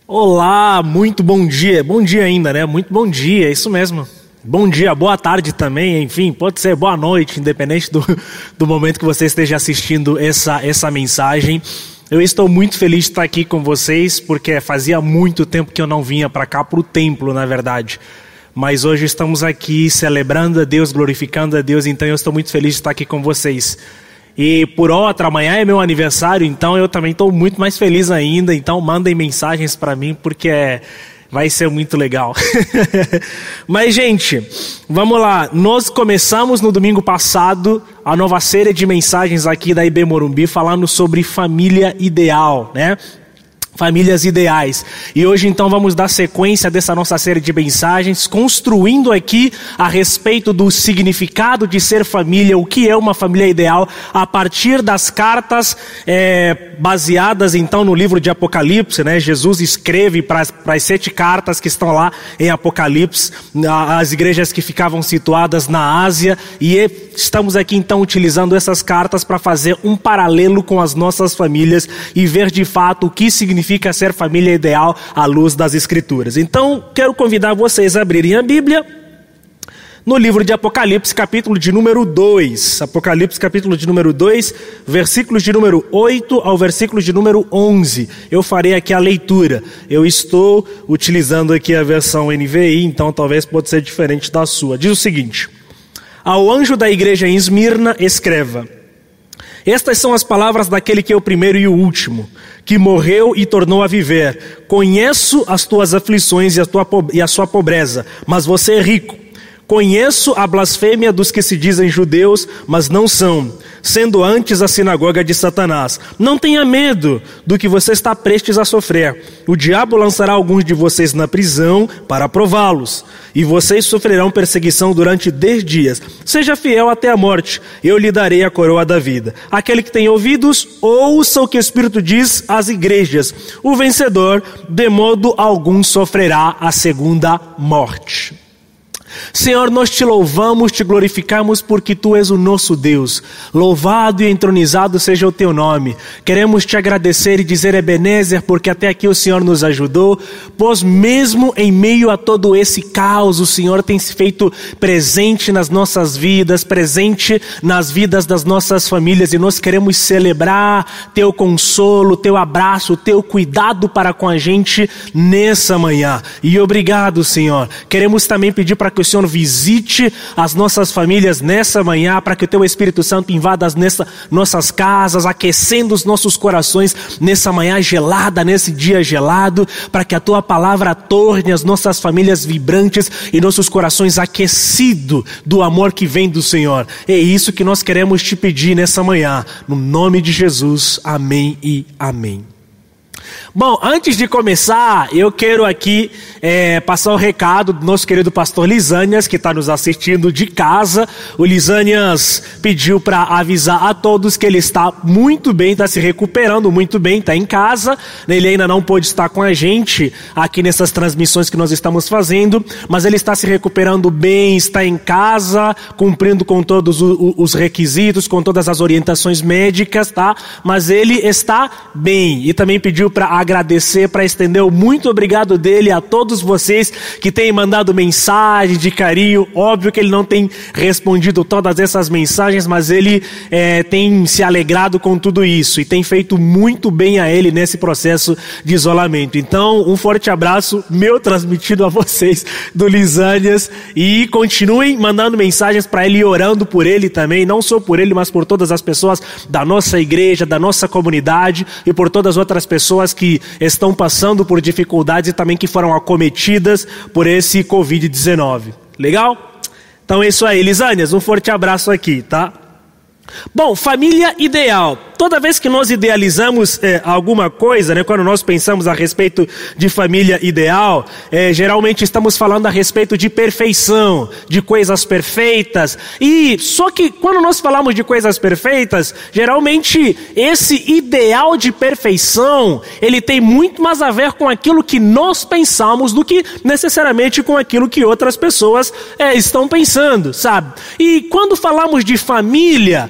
Olá, muito bom dia ainda, né? Muito bom dia, isso mesmo. Bom dia, boa tarde também, enfim, pode ser boa noite, independente do momento que você esteja assistindo essa mensagem. Eu estou muito feliz de estar aqui com vocês, porque fazia muito tempo que eu não vinha para cá, para o templo, na verdade. Mas hoje estamos aqui celebrando a Deus, glorificando a Deus, então eu estou muito feliz de estar aqui com vocês. E por outra, amanhã é meu aniversário, então eu também estou muito mais feliz ainda, então mandem mensagens para mim, porque vai ser muito legal. Mas, gente, vamos lá. Nós começamos no domingo passado a nova série de mensagens aqui da IB Morumbi falando sobre família ideal, né? Famílias ideais. E hoje então vamos dar sequência dessa nossa série de mensagens, construindo aqui a respeito do significado de ser família, o que é uma família ideal, a partir das cartas baseadas então no livro de Apocalipse, né? Jesus escreve para as 7 cartas que estão lá em Apocalipse, as igrejas que ficavam situadas na Ásia, e estamos aqui então utilizando essas cartas para fazer um paralelo com as nossas famílias e ver de fato o que significa ser família ideal à luz das Escrituras. Então, quero convidar vocês a abrirem a Bíblia no livro de Apocalipse, capítulo de número 2. Apocalipse, capítulo de número 2, versículos de número 8 ao versículo de número 11. Eu farei aqui a leitura. Eu estou utilizando aqui a versão NVI, então talvez pode ser diferente da sua. Diz o seguinte: ao anjo da igreja em Esmirna, escreva: estas são as palavras daquele que é o primeiro e o último, que morreu e tornou a viver. Conheço as tuas aflições e a sua pobreza, mas você é rico. Conheço a blasfêmia dos que se dizem judeus, mas não são, sendo antes a sinagoga de Satanás. Não tenha medo do que você está prestes a sofrer. O diabo lançará alguns de vocês na prisão para prová-los, e vocês sofrerão perseguição durante 10 dias. Seja fiel até a morte, eu lhe darei a coroa da vida. Aquele que tem ouvidos, ouça o que o Espírito diz às igrejas. O vencedor, de modo algum, sofrerá a segunda morte. Senhor, nós te louvamos, te glorificamos porque Tu és o nosso Deus. Louvado e entronizado seja o Teu nome. Queremos te agradecer e dizer Ebenezer, porque até aqui o Senhor nos ajudou, pois mesmo em meio a todo esse caos, o Senhor tem se feito presente nas nossas vidas, presente nas vidas das nossas famílias, e nós queremos celebrar Teu consolo, Teu abraço, Teu cuidado para com a gente nessa manhã. E obrigado, Senhor. Queremos também pedir para que o Senhor visite as nossas famílias nessa manhã, para que o Teu Espírito Santo invada nossas casas, aquecendo os nossos corações nessa manhã gelada, nesse dia gelado, para que a Tua palavra torne as nossas famílias vibrantes e nossos corações aquecidos do amor que vem do Senhor. É isso que nós queremos te pedir nessa manhã, no nome de Jesus, amém e amém. Bom, antes de começar, eu quero aqui passar o recado do nosso querido pastor Lisânias, que está nos assistindo de casa. O Lisânias pediu para avisar a todos que ele está muito bem, está se recuperando muito bem, está em casa. Ele ainda não pôde estar com a gente aqui nessas transmissões que nós estamos fazendo, mas ele está se recuperando bem, está em casa, cumprindo com todos os requisitos, com todas as orientações médicas, tá? Mas ele está bem, e também pediu para agradecer, para estender o muito obrigado dele a todos vocês que têm mandado mensagem de carinho. Óbvio que ele não tem respondido todas essas mensagens, mas ele tem se alegrado com tudo isso e tem feito muito bem a ele nesse processo de isolamento. Então, um forte abraço meu transmitido a vocês do Lisânias, e continuem mandando mensagens para ele e orando por ele também, não só por ele, mas por todas as pessoas da nossa igreja, da nossa comunidade e por todas as outras pessoas que estão passando por dificuldades e também que foram acometidas por esse Covid-19. Legal? Então é isso aí, Lisânias, um forte abraço aqui, tá? Bom, família ideal. Toda vez que nós idealizamos alguma coisa, né, quando nós pensamos a respeito de família ideal, geralmente estamos falando a respeito de perfeição, de coisas perfeitas. E só que quando nós falamos de coisas perfeitas, geralmente esse ideal de perfeição, ele tem muito mais a ver com aquilo que nós pensamos do que necessariamente com aquilo que outras pessoas estão pensando, sabe? E quando falamos de família,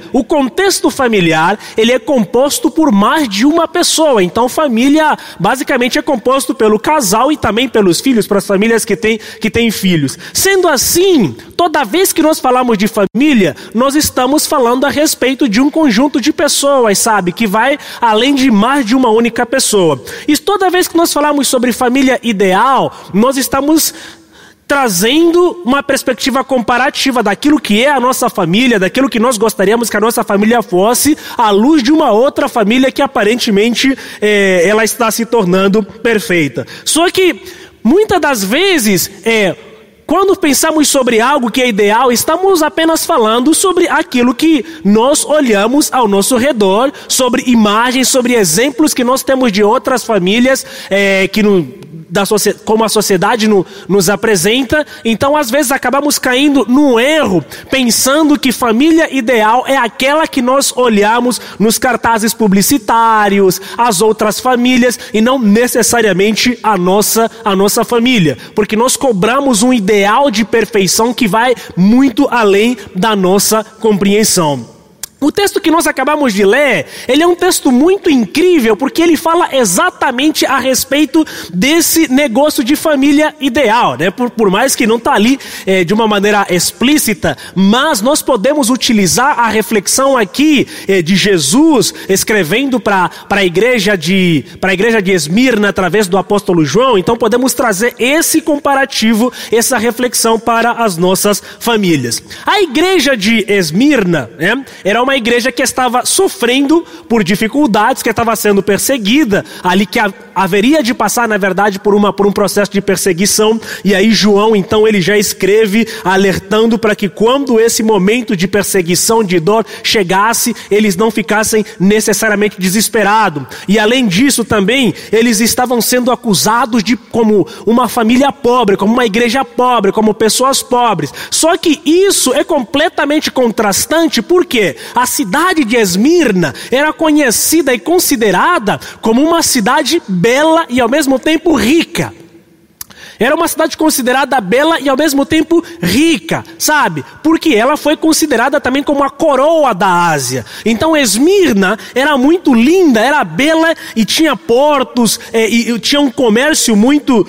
o contexto familiar, ele é composto por mais de uma pessoa. Então, família basicamente é composto pelo casal e também pelos filhos, para as famílias que têm filhos. Sendo assim, toda vez que nós falamos de família, nós estamos falando a respeito de um conjunto de pessoas, sabe? Que vai além de mais de uma única pessoa. E toda vez que nós falamos sobre família ideal, nós estamos trazendo uma perspectiva comparativa daquilo que é a nossa família, daquilo que nós gostaríamos que a nossa família fosse, à luz de uma outra família que aparentemente ela está se tornando perfeita. Só que, muitas das vezes, quando pensamos sobre algo que é ideal, estamos apenas falando sobre aquilo que nós olhamos ao nosso redor, sobre imagens, sobre exemplos que nós temos de outras famílias, como a sociedade nos apresenta. Então, às vezes, acabamos caindo no erro, pensando que família ideal é aquela que nós olhamos nos cartazes publicitários, as outras famílias, e não necessariamente a nossa família. Porque nós cobramos um ideal de perfeição que vai muito além da nossa compreensão. O texto que nós acabamos de ler, ele é um texto muito incrível, porque ele fala exatamente a respeito desse negócio de família ideal, né? Por mais que não está ali de uma maneira explícita, mas nós podemos utilizar a reflexão aqui de Jesus, escrevendo para a igreja de Esmirna, através do apóstolo João. Então podemos trazer esse comparativo, essa reflexão para as nossas famílias. A igreja de Esmirna, né, era uma igreja que estava sofrendo por dificuldades, que estava sendo perseguida, ali que haveria de passar, na verdade, por um processo de perseguição. E aí João, então, ele já escreve alertando para que quando esse momento de perseguição, de dor chegasse, eles não ficassem necessariamente desesperados. E além disso também, eles estavam sendo acusados de como uma família pobre, como uma igreja pobre, como pessoas pobres. Só que isso é completamente contrastante, porque a cidade de Esmirna era conhecida e considerada como uma cidade bela e ao mesmo tempo rica. Era uma cidade considerada bela e ao mesmo tempo rica, sabe? Porque ela foi considerada também como a coroa da Ásia. Então Esmirna era muito linda, era bela e tinha portos, e tinha um comércio muito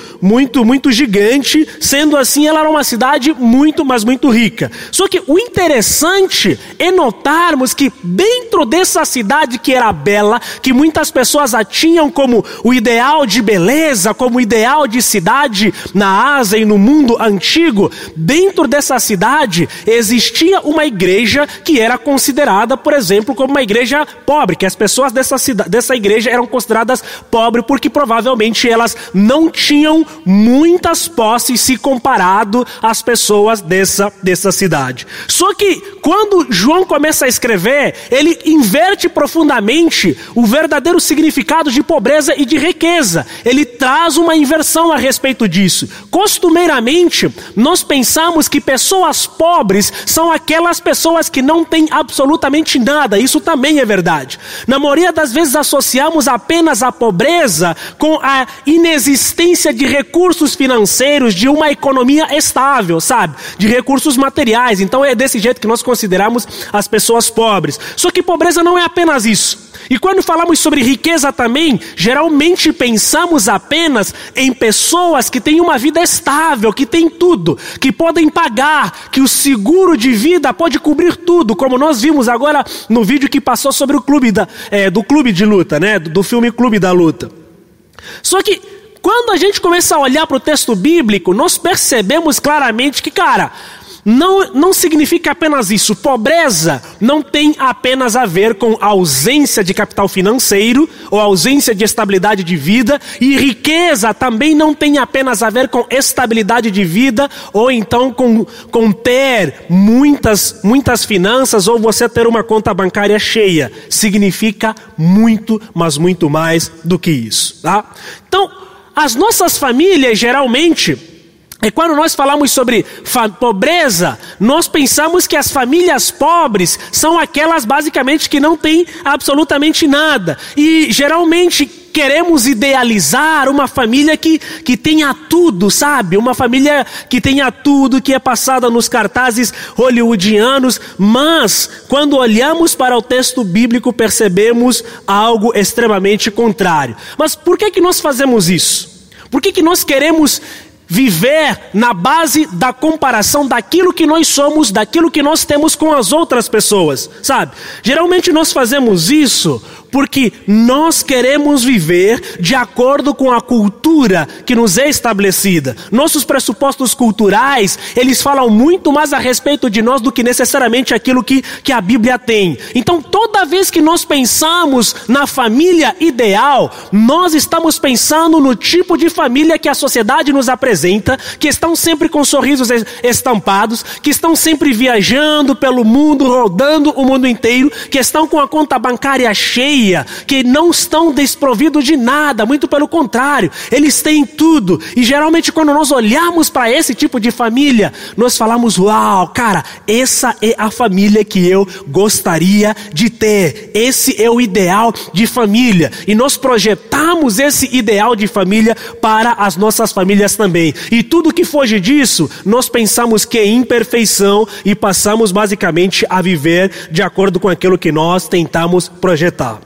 gigante. Sendo assim, ela era uma cidade muito, mas muito rica. Só que o interessante é notarmos que dentro dessa cidade que era bela, que muitas pessoas a tinham como o ideal de beleza, como o ideal de cidade na Ásia e no mundo antigo, dentro dessa cidade existia uma igreja que era considerada, por exemplo, como uma igreja pobre, que as pessoas dessa igreja eram consideradas pobres porque provavelmente elas não tinham muitas posses se comparado às pessoas dessa cidade. Só que quando João começa a escrever, ele inverte profundamente o verdadeiro significado de pobreza e de riqueza. Ele traz uma inversão a respeito disso. Costumeiramente, nós pensamos que pessoas pobres são aquelas pessoas que não têm absolutamente nada. Isso também é verdade. Na maioria das vezes associamos apenas a pobreza com a inexistência de recursos financeiros, de uma economia estável, sabe? De recursos materiais. Então é desse jeito que nós consideramos as pessoas pobres. Só que pobreza não é apenas isso. E quando falamos sobre riqueza também, geralmente pensamos apenas em pessoas que têm uma vida estável, que têm tudo, que podem pagar, que o seguro de vida pode cobrir tudo, como nós vimos agora no vídeo que passou sobre o do Clube de Luta, né? Do filme Clube da Luta. Só que quando a gente começa a olhar para o texto bíblico, nós percebemos claramente que, não significa apenas isso. Pobreza não tem apenas a ver com ausência de capital financeiro ou ausência de estabilidade de vida. E riqueza também não tem apenas a ver com estabilidade de vida ou então com ter muitas finanças ou você ter uma conta bancária cheia. Significa muito, mas muito mais do que isso, tá? Então, as nossas famílias geralmente... E quando nós falamos sobre pobreza, nós pensamos que as famílias pobres são aquelas basicamente que não têm absolutamente nada. E geralmente queremos idealizar uma família que tenha tudo, sabe? Uma família que tenha tudo, que é passada nos cartazes hollywoodianos, mas quando olhamos para o texto bíblico percebemos algo extremamente contrário. Mas por que nós fazemos isso? Por que nós queremos viver na base da comparação daquilo que nós somos, daquilo que nós temos com as outras pessoas, sabe? Geralmente nós fazemos isso porque nós queremos viver de acordo com a cultura que nos é estabelecida. Nossos pressupostos culturais, eles falam muito mais a respeito de nós do que necessariamente aquilo que a Bíblia tem. Então, toda vez que nós pensamos na família ideal, nós estamos pensando no tipo de família que a sociedade nos apresenta, que estão sempre com sorrisos estampados, que estão sempre viajando pelo mundo, rodando o mundo inteiro, que estão com a conta bancária cheia, que não estão desprovidos de nada, muito pelo contrário, eles têm tudo. E geralmente quando nós olhamos para esse tipo de família, nós falamos, uau, cara, essa é a família que eu gostaria de ter, esse é o ideal de família, e nós projetamos esse ideal de família para as nossas famílias também, e tudo que foge disso, nós pensamos que é imperfeição, e passamos basicamente a viver de acordo com aquilo que nós tentamos projetar.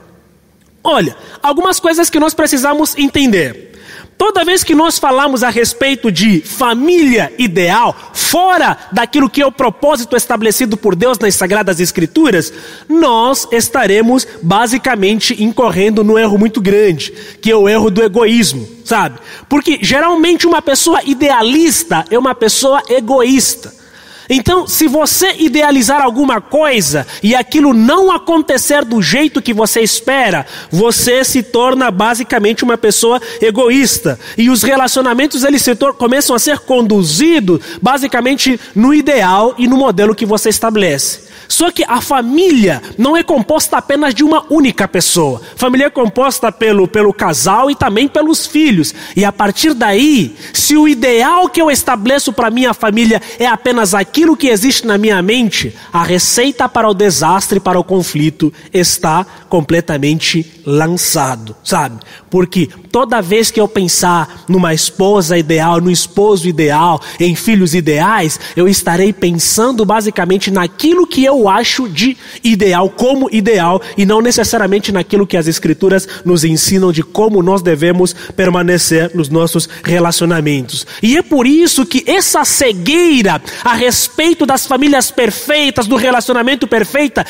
Olha, algumas coisas que nós precisamos entender. Toda vez que nós falamos a respeito de família ideal, fora daquilo que é o propósito estabelecido por Deus nas Sagradas Escrituras, nós estaremos basicamente incorrendo num erro muito grande, que é o erro do egoísmo, sabe? Porque geralmente uma pessoa idealista é uma pessoa egoísta. Então, se você idealizar alguma coisa e aquilo não acontecer do jeito que você espera, você se torna basicamente uma pessoa egoísta. E os relacionamentos eles começam a ser conduzidos basicamente no ideal e no modelo que você estabelece. Só que a família não é composta apenas de uma única pessoa. A família é composta pelo casal e também pelos filhos. E a partir daí, se o ideal que eu estabeleço para minha família é apenas aquilo que existe na minha mente, a receita para o desastre, para o conflito, está completamente lançado, sabe? Porque toda vez que eu pensar numa esposa ideal, no esposo ideal, em filhos ideais, eu estarei pensando basicamente naquilo que eu acho de ideal, como ideal, e não necessariamente naquilo que as Escrituras nos ensinam de como nós devemos permanecer nos nossos relacionamentos. E é por isso que essa cegueira a respeito das famílias perfeitas, do relacionamento perfeito,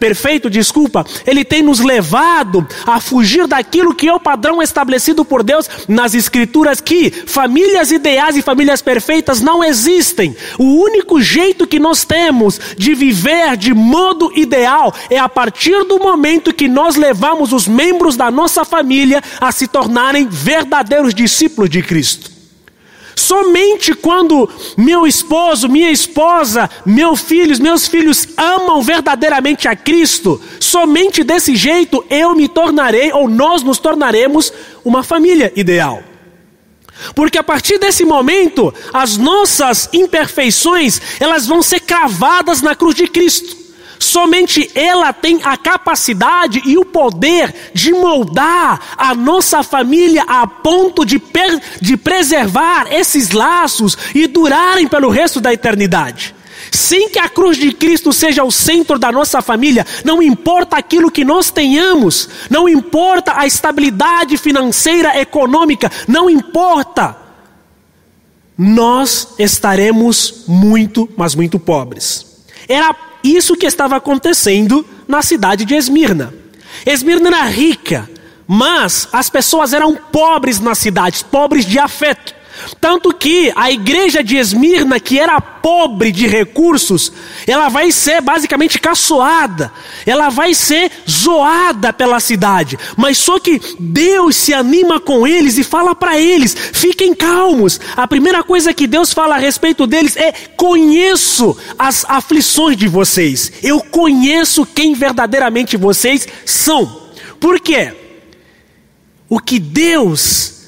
ele tem nos levado a fugir daquilo que é o padrão estabelecido por Deus nas Escrituras, que famílias ideais e famílias perfeitas não existem. O único jeito que nós temos de viver de modo ideal é a partir do momento que nós levamos os membros da nossa família a se tornarem verdadeiros discípulos de Cristo. Somente quando meu esposo, minha esposa, meus filhos amam verdadeiramente a Cristo, somente desse jeito eu me tornarei, ou nós nos tornaremos, uma família ideal. Porque a partir desse momento, as nossas imperfeições, elas vão ser cravadas na cruz de Cristo. Somente ela tem a capacidade e o poder de moldar a nossa família a ponto de preservar esses laços e durarem pelo resto da eternidade. Sem que a cruz de Cristo seja o centro da nossa família, não importa aquilo que nós tenhamos, não importa a estabilidade financeira, econômica, não importa, nós estaremos muito, mas muito pobres. Era isso que estava acontecendo na cidade de Esmirna. Esmirna era rica, mas as pessoas eram pobres na cidade, pobres de afeto. Tanto que a igreja de Esmirna, que era pobre de recursos, ela vai ser basicamente caçoada, ela vai ser zoada pela cidade. Mas só que Deus se anima com eles e fala para eles, fiquem calmos. A primeira coisa que Deus fala a respeito deles é: conheço as aflições de vocês, eu conheço quem verdadeiramente vocês são. Por quê? O que Deus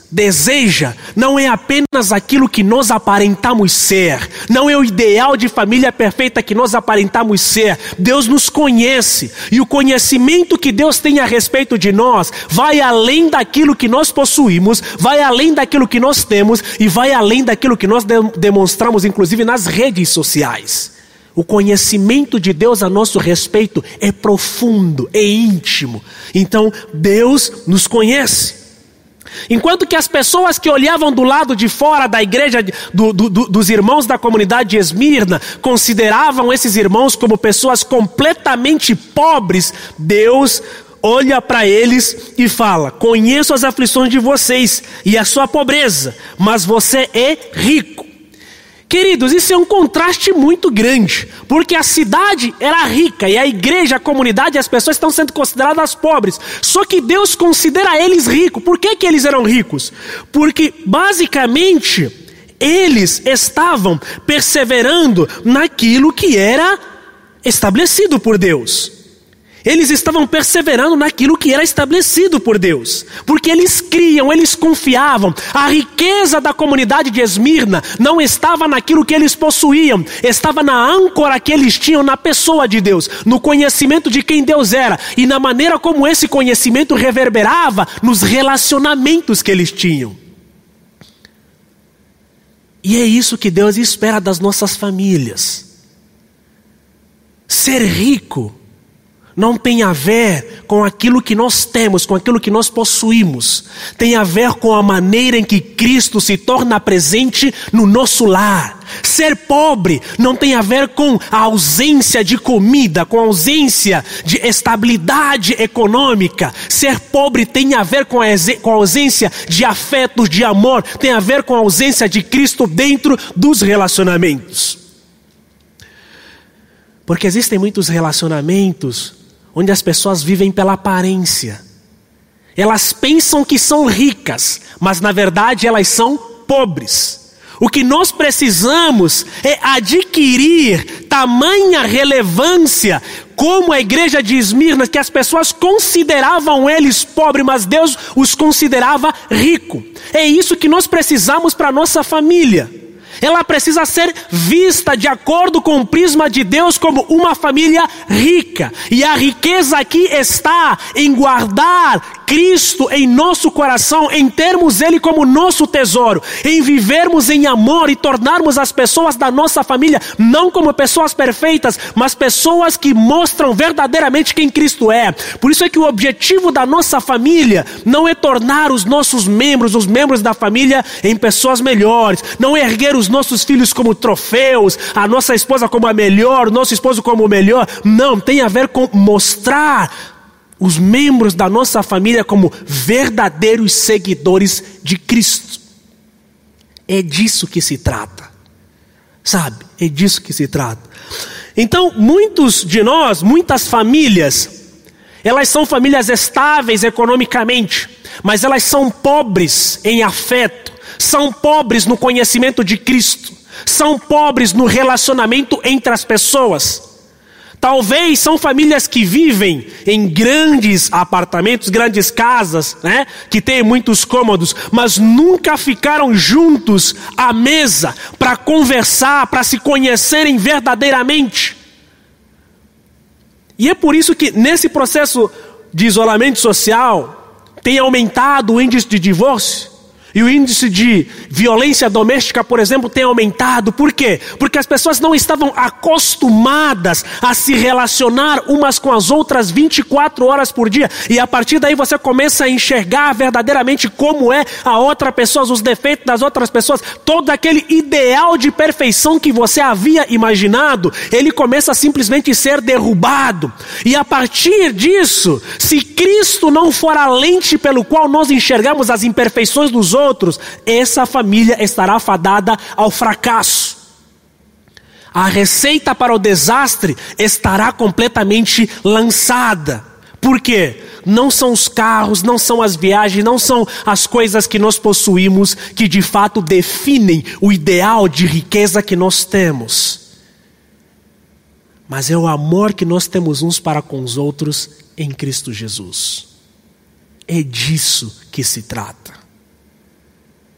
deseja não é apenas aquilo que nós aparentamos ser, não é o ideal de família perfeita que nós aparentamos ser. Deus nos conhece, e o conhecimento que Deus tem a respeito de nós vai além daquilo que nós possuímos, vai além daquilo que nós temos e vai além daquilo que nós demonstramos, inclusive nas redes sociais. O conhecimento de Deus a nosso respeito é profundo, é íntimo. Então Deus nos conhece. Enquanto que as pessoas que olhavam do lado de fora da igreja, dos irmãos da comunidade de Esmirna, consideravam esses irmãos como pessoas completamente pobres, Deus olha para eles e fala: conheço as aflições de vocês e a sua pobreza, mas você é rico. Queridos, isso é um contraste muito grande, porque a cidade era rica e a igreja, a comunidade, as pessoas estão sendo consideradas pobres. Só que Deus considera eles ricos. Por que eles eram ricos? Porque basicamente eles estavam perseverando naquilo que era estabelecido por Deus. Eles estavam perseverando naquilo que era estabelecido por Deus, porque eles criam, eles confiavam. A riqueza da comunidade de Esmirna não estava naquilo que eles possuíam, estava na âncora que eles tinham na pessoa de Deus, no conhecimento de quem Deus era e na maneira como esse conhecimento reverberava nos relacionamentos que eles tinham. E é isso que Deus espera das nossas famílias. Ser rico não tem a ver com aquilo que nós temos, com aquilo que nós possuímos. Tem a ver com a maneira em que Cristo se torna presente no nosso lar. Ser pobre não tem a ver com a ausência de comida, com a ausência de estabilidade econômica. Ser pobre tem a ver com a ausência de afetos, de amor. Tem a ver com a ausência de Cristo dentro dos relacionamentos. Porque existem muitos relacionamentos onde as pessoas vivem pela aparência. Elas pensam que são ricas, mas na verdade elas são pobres. O que nós precisamos é adquirir tamanha relevância como a igreja de Esmirna, que as pessoas consideravam eles pobres, mas Deus os considerava rico. É isso que nós precisamos para a nossa família. Ela precisa ser vista de acordo com o prisma de Deus como uma família rica. E a riqueza aqui está em guardar Cristo em nosso coração, em termos Ele como nosso tesouro, em vivermos em amor e tornarmos as pessoas da nossa família não como pessoas perfeitas, mas pessoas que mostram verdadeiramente quem Cristo é. Por isso é que o objetivo da nossa família não é tornar os nossos membros, os membros da família, em pessoas melhores, não é erguer os nossos filhos como troféus, a nossa esposa como a melhor, o nosso esposo como o melhor. Não, tem a ver com mostrar os membros da nossa família como verdadeiros seguidores de Cristo. É disso que se trata, sabe? É disso que se trata. Então, muitos de nós, muitas famílias, elas são famílias estáveis economicamente, mas elas são pobres em afeto, são pobres no conhecimento de Cristo, são pobres no relacionamento entre as pessoas. Talvez são famílias que vivem em grandes apartamentos, grandes casas, né? Que têm muitos cômodos, mas nunca ficaram juntos à mesa para conversar, para se conhecerem verdadeiramente. E é por isso que nesse processo de isolamento social tem aumentado o índice de divórcio. E o índice de violência doméstica, por exemplo, tem aumentado. Por quê? Porque as pessoas não estavam acostumadas a se relacionar umas com as outras 24 horas por dia. E a partir daí você começa a enxergar verdadeiramente como é a outra pessoa, os defeitos das outras pessoas. Todo aquele ideal de perfeição que você havia imaginado, ele começa a simplesmente ser derrubado. E a partir disso, se Cristo não for a lente pelo qual nós enxergamos as imperfeições dos outros, essa família estará fadada ao fracasso. A receita para o desastre estará completamente lançada. Por quê? Não são os carros, não são as viagens, não são as coisas que nós possuímos que de fato definem o ideal de riqueza que nós temos. Mas é o amor que nós temos uns para com os outros em Cristo Jesus. É disso que se trata.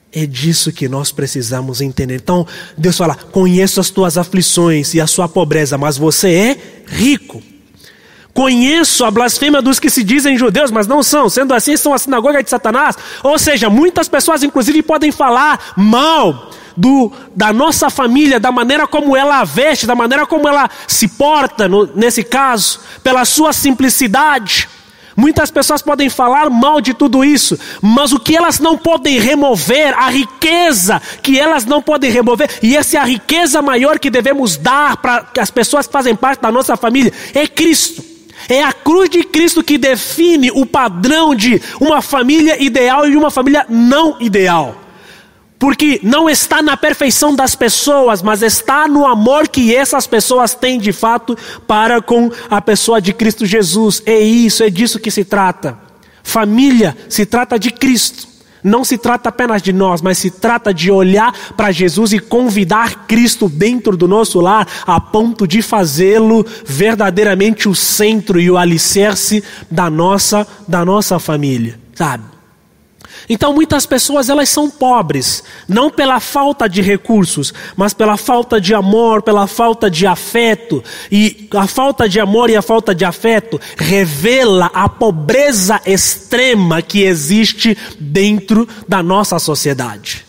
É disso que nós precisamos entender. Então, Deus fala, conheço as tuas aflições e a sua pobreza, mas você é rico. Conheço a blasfêmia dos que se dizem judeus, mas não são. Sendo assim, são a sinagoga de Satanás. Ou seja, muitas pessoas, inclusive, podem falar mal da nossa família, da maneira como ela veste, da maneira como ela se porta, nesse caso, pela sua simplicidade. Muitas pessoas podem falar mal de tudo isso, mas o que elas não podem remover, a riqueza que elas não podem remover, e essa é a riqueza maior que devemos dar para as pessoas que fazem parte da nossa família, é Cristo. É a cruz de Cristo que define o padrão de uma família ideal e uma família não ideal. Porque não está na perfeição das pessoas, mas está no amor que essas pessoas têm de fato para com a pessoa de Cristo Jesus. É disso que se trata. Família se trata de Cristo. Não se trata apenas de nós, mas se trata de olhar para Jesus e convidar Cristo dentro do nosso lar, a ponto de fazê-lo verdadeiramente o centro e o alicerce da nossa família, sabe? Então muitas pessoas, elas são pobres, não pela falta de recursos, mas pela falta de amor, pela falta de afeto. E a falta de amor e a falta de afeto revela a pobreza extrema que existe dentro da nossa sociedade.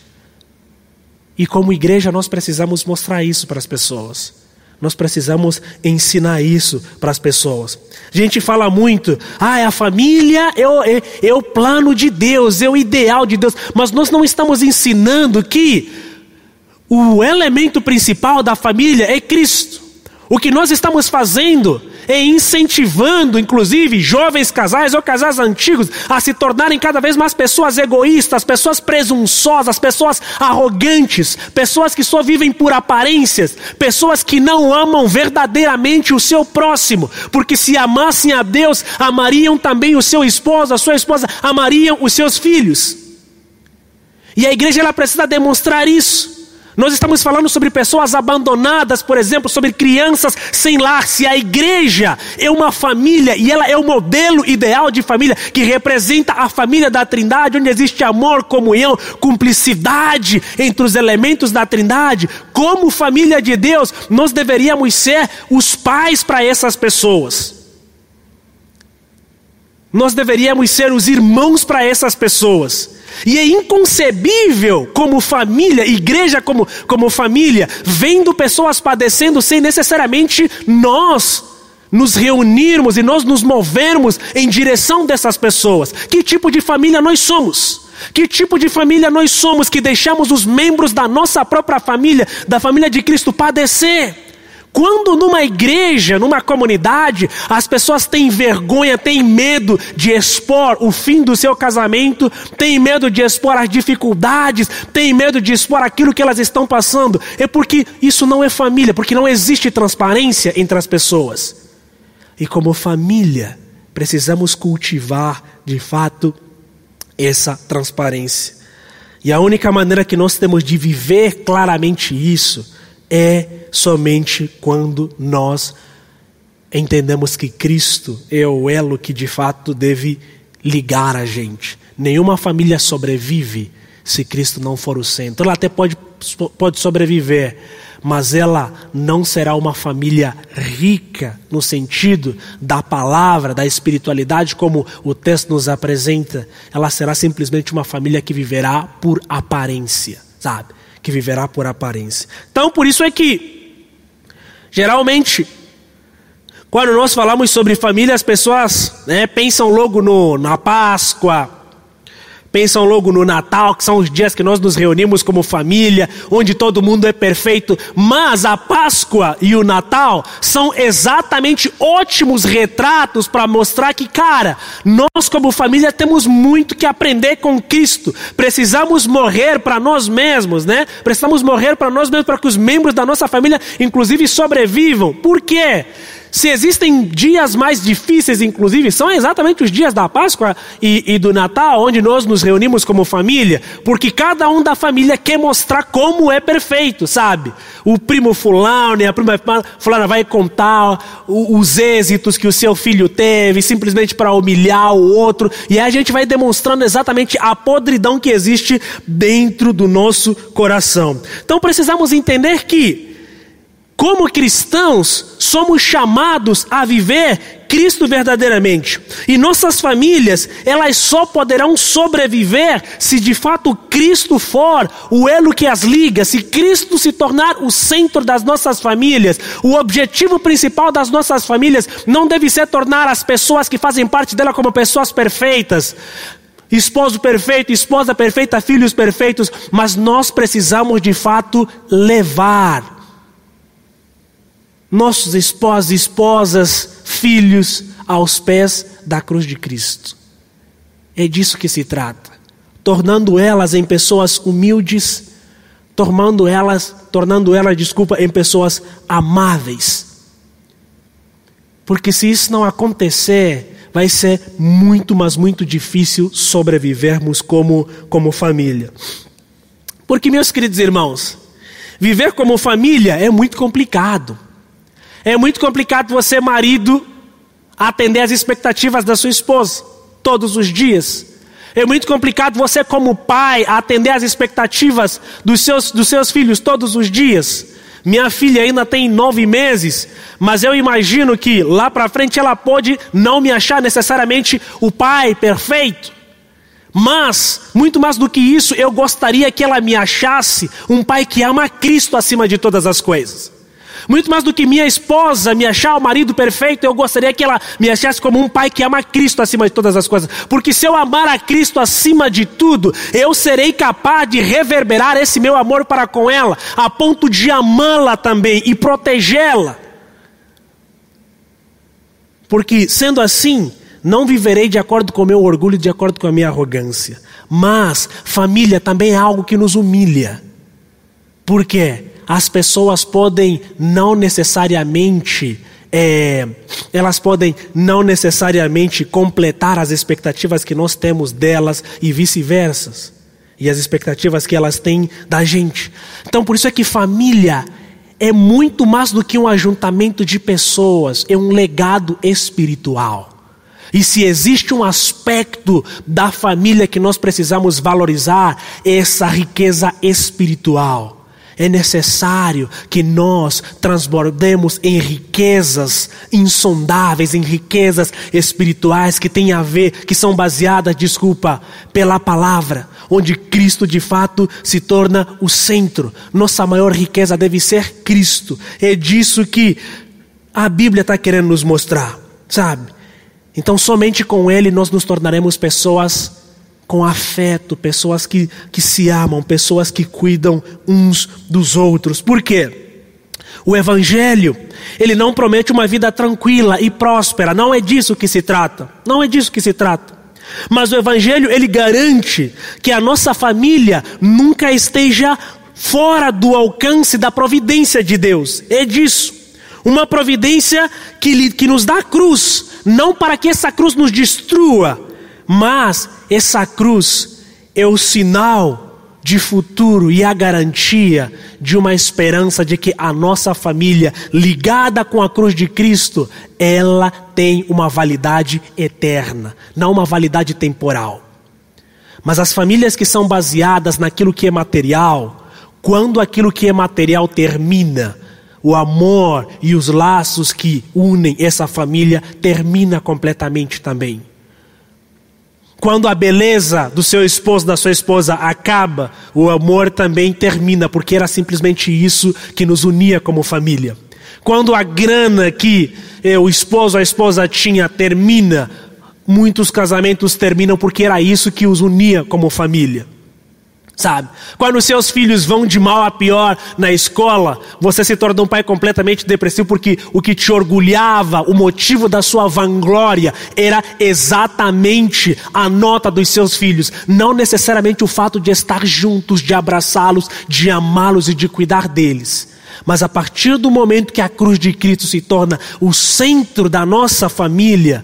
E como igreja nós precisamos mostrar isso para as pessoas. Nós precisamos ensinar isso para as pessoas. A gente fala muito, a família é o plano de Deus, é o ideal de Deus. Mas nós não estamos ensinando que o elemento principal da família é Cristo. O que nós estamos fazendo é incentivando, inclusive, jovens casais ou casais antigos a se tornarem cada vez mais pessoas egoístas, pessoas presunçosas, pessoas arrogantes, pessoas que só vivem por aparências, pessoas que não amam verdadeiramente o seu próximo, porque se amassem a Deus, amariam também o seu esposo, a sua esposa, amariam os seus filhos. E a igreja ela precisa demonstrar isso. Nós estamos falando sobre pessoas abandonadas, por exemplo, sobre crianças sem lar. Se a igreja é uma família e ela é o modelo ideal de família, que representa a família da Trindade, onde existe amor, comunhão, cumplicidade entre os elementos da Trindade, como família de Deus, nós deveríamos ser os pais para essas pessoas. Nós deveríamos ser os irmãos para essas pessoas. E é inconcebível como família, igreja como família, vendo pessoas padecendo sem necessariamente nós nos reunirmos e nós nos movermos em direção dessas pessoas. Que tipo de família nós somos? Que tipo de família nós somos que deixamos os membros da nossa própria família, da família de Cristo, padecer? Quando numa igreja, numa comunidade, as pessoas têm vergonha, têm medo de expor o fim do seu casamento, têm medo de expor as dificuldades, têm medo de expor aquilo que elas estão passando, é porque isso não é família, porque não existe transparência entre as pessoas. E como família, precisamos cultivar, de fato, essa transparência. E a única maneira que nós temos de viver claramente isso é somente quando nós entendemos que Cristo é o elo que de fato deve ligar a gente. Nenhuma família sobrevive se Cristo não for o centro. Ela até pode sobreviver, mas ela não será uma família rica no sentido da palavra, da espiritualidade, como o texto nos apresenta. Ela será simplesmente uma família que viverá por aparência, sabe? Que viverá por aparência. Então, por isso é que, geralmente, quando nós falamos sobre família, as pessoas pensam logo na Páscoa, pensam logo no Natal, que são os dias que nós nos reunimos como família, onde todo mundo é perfeito. Mas a Páscoa e o Natal são exatamente ótimos retratos para mostrar que, cara, nós como família temos muito que aprender com Cristo. Precisamos morrer para nós mesmos, Precisamos morrer para nós mesmos, para que os membros da nossa família, inclusive, sobrevivam. Por quê? Se existem dias mais difíceis, inclusive, são exatamente os dias da Páscoa e do Natal, onde nós nos reunimos como família, porque cada um da família quer mostrar como é perfeito, sabe? O primo fulano e a prima fulana vai contar os êxitos que o seu filho teve, simplesmente para humilhar o outro, e aí a gente vai demonstrando exatamente a podridão que existe dentro do nosso coração. Então precisamos entender que, como cristãos, somos chamados a viver Cristo verdadeiramente. E nossas famílias, elas só poderão sobreviver se de fato Cristo for o elo que as liga, se Cristo se tornar o centro das nossas famílias. O objetivo principal das nossas famílias não deve ser tornar as pessoas que fazem parte dela como pessoas perfeitas. Esposo perfeito, esposa perfeita, filhos perfeitos. Mas nós precisamos de fato levar nossos esposos, esposas, filhos aos pés da cruz de Cristo. É disso que se trata. Tornando elas em pessoas humildes, tornando elas, em pessoas amáveis. Porque se isso não acontecer, vai ser muito, mas muito difícil sobrevivermos como família. Porque, meus queridos irmãos, viver como família é muito complicado. É muito complicado você, marido, atender às expectativas da sua esposa todos os dias. É muito complicado você, como pai, atender às expectativas dos seus filhos todos os dias. Minha filha ainda tem 9 meses, mas eu imagino que lá para frente ela pode não me achar necessariamente o pai perfeito. Mas, muito mais do que isso, eu gostaria que ela me achasse um pai que ama Cristo acima de todas as coisas. Muito mais do que minha esposa me achar o marido perfeito, eu gostaria que ela me achasse como um pai que ama Cristo acima de todas as coisas. Porque se eu amar a Cristo acima de tudo, eu serei capaz de reverberar esse meu amor para com ela, a ponto de amá-la também e protegê-la. Porque sendo assim, não viverei de acordo com o meu orgulho, de acordo com a minha arrogância. Mas família também é algo que nos humilha. Por quê? As pessoas podem não necessariamente, completar as expectativas que nós temos delas e vice-versa. E as expectativas que elas têm da gente. Então por isso é que família é muito mais do que um ajuntamento de pessoas, é um legado espiritual. E se existe um aspecto da família que nós precisamos valorizar, é essa riqueza espiritual. É necessário que nós transbordemos em riquezas insondáveis, em riquezas espirituais que são baseadas, pela palavra, onde Cristo de fato se torna o centro. Nossa maior riqueza deve ser Cristo. É disso que a Bíblia está querendo nos mostrar, sabe? Então somente com Ele nós nos tornaremos pessoas com afeto, pessoas que se amam, pessoas que cuidam uns dos outros. Por quê? O Evangelho, ele não promete uma vida tranquila e próspera, não é disso que se trata, Mas o Evangelho, ele garante que a nossa família nunca esteja fora do alcance da providência de Deus, é disso. Uma providência que nos dá a cruz, não para que essa cruz nos destrua, mas essa cruz é o sinal de futuro e a garantia de uma esperança de que a nossa família, ligada com a cruz de Cristo, ela tem uma validade eterna, não uma validade temporal. Mas as famílias que são baseadas naquilo que é material, quando aquilo que é material termina, o amor e os laços que unem essa família termina completamente também. Quando a beleza do seu esposo, da sua esposa acaba, o amor também termina, porque era simplesmente isso que nos unia como família. Quando a grana que o esposo ou a esposa tinha termina, muitos casamentos terminam porque era isso que os unia como família. Sabe? Quando seus filhos vão de mal a pior na escola, você se torna um pai completamente depressivo, porque o que te orgulhava, o motivo da sua vanglória, era exatamente a nota dos seus filhos, não necessariamente o fato de estar juntos, de abraçá-los, de amá-los e de cuidar deles. Mas a partir do momento que a cruz de Cristo se torna o centro da nossa família,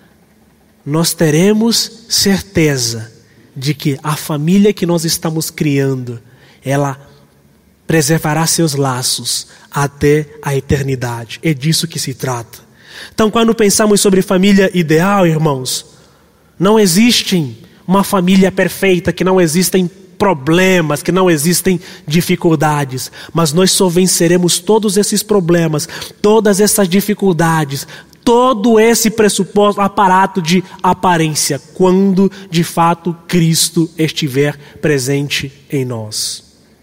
nós teremos certeza de que a família que nós estamos criando, ela preservará seus laços até a eternidade. É disso que se trata. Então, quando pensamos sobre família ideal, irmãos, não existe uma família perfeita, que não existem problemas, que não existem dificuldades, mas nós só venceremos todos esses problemas, todas essas dificuldades, todo esse pressuposto, aparato de aparência, quando de fato Cristo estiver presente em nós.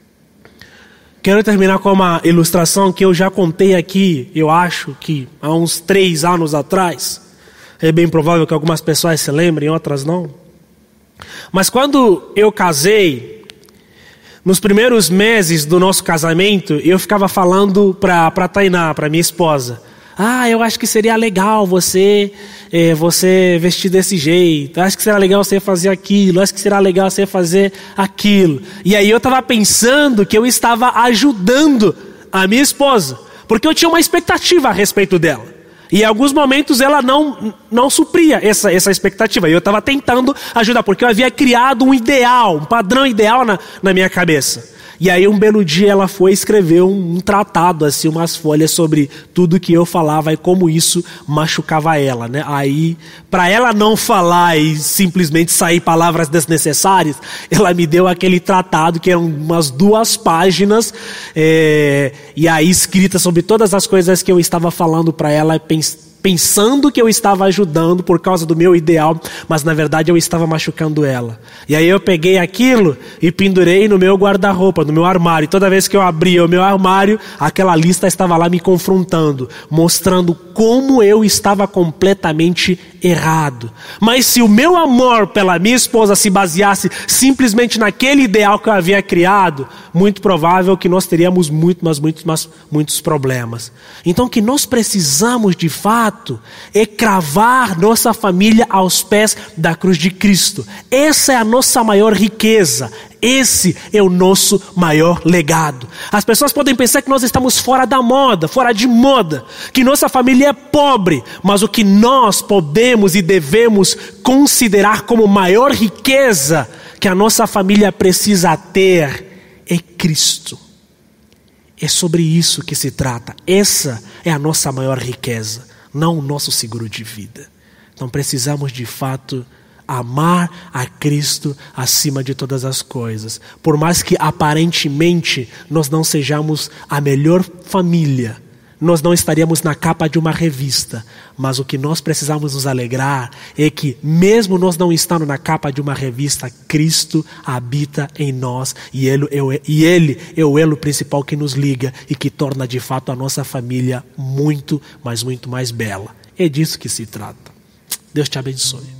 Quero terminar com uma ilustração que eu já contei aqui, eu acho que há uns 3 anos atrás. É bem provável que algumas pessoas se lembrem, outras não. Mas quando eu casei, nos primeiros meses do nosso casamento, eu ficava falando para Tainá, para minha esposa: eu acho que seria legal você vestir desse jeito. Acho que será legal você fazer aquilo. Acho que será legal você fazer aquilo. E aí eu estava pensando que eu estava ajudando a minha esposa, porque eu tinha uma expectativa a respeito dela. E em alguns momentos ela não supria essa expectativa. E eu estava tentando ajudar, porque eu havia criado um ideal, um padrão ideal na minha cabeça. E aí um belo dia ela foi escrever um tratado, assim, umas folhas sobre tudo que eu falava e como isso machucava ela, né? Aí, para ela não falar e simplesmente sair palavras desnecessárias, ela me deu aquele tratado que eram umas 2 páginas, e aí escrita sobre todas as coisas que eu estava falando para ela, pensando que eu estava ajudando por causa do meu ideal, mas na verdade eu estava machucando ela. E aí eu peguei aquilo e pendurei no meu guarda-roupa, no meu armário. E toda vez que eu abria o meu armário, aquela lista estava lá me confrontando, mostrando como eu estava completamente errado. Mas se o meu amor pela minha esposa se baseasse simplesmente naquele ideal que eu havia criado, muito provável que nós teríamos muitos problemas. Então o que nós precisamos de fato é cravar nossa família aos pés da cruz de Cristo. Essa é a nossa maior riqueza. Esse é o nosso maior legado. As pessoas podem pensar que nós estamos fora de moda, que nossa família é pobre, mas o que nós podemos e devemos considerar como maior riqueza que a nossa família precisa ter é Cristo. É sobre isso que se trata. Essa é a nossa maior riqueza, não o nosso seguro de vida. Então precisamos de fato amar a Cristo acima de todas as coisas. Por mais que aparentemente nós não sejamos a melhor família, nós não estaríamos na capa de uma revista, mas o que nós precisamos nos alegrar é que mesmo nós não estando na capa de uma revista, Cristo habita em nós e Ele é o elo principal que nos liga e que torna de fato a nossa família muito mais bela. É disso que se trata. Deus te abençoe.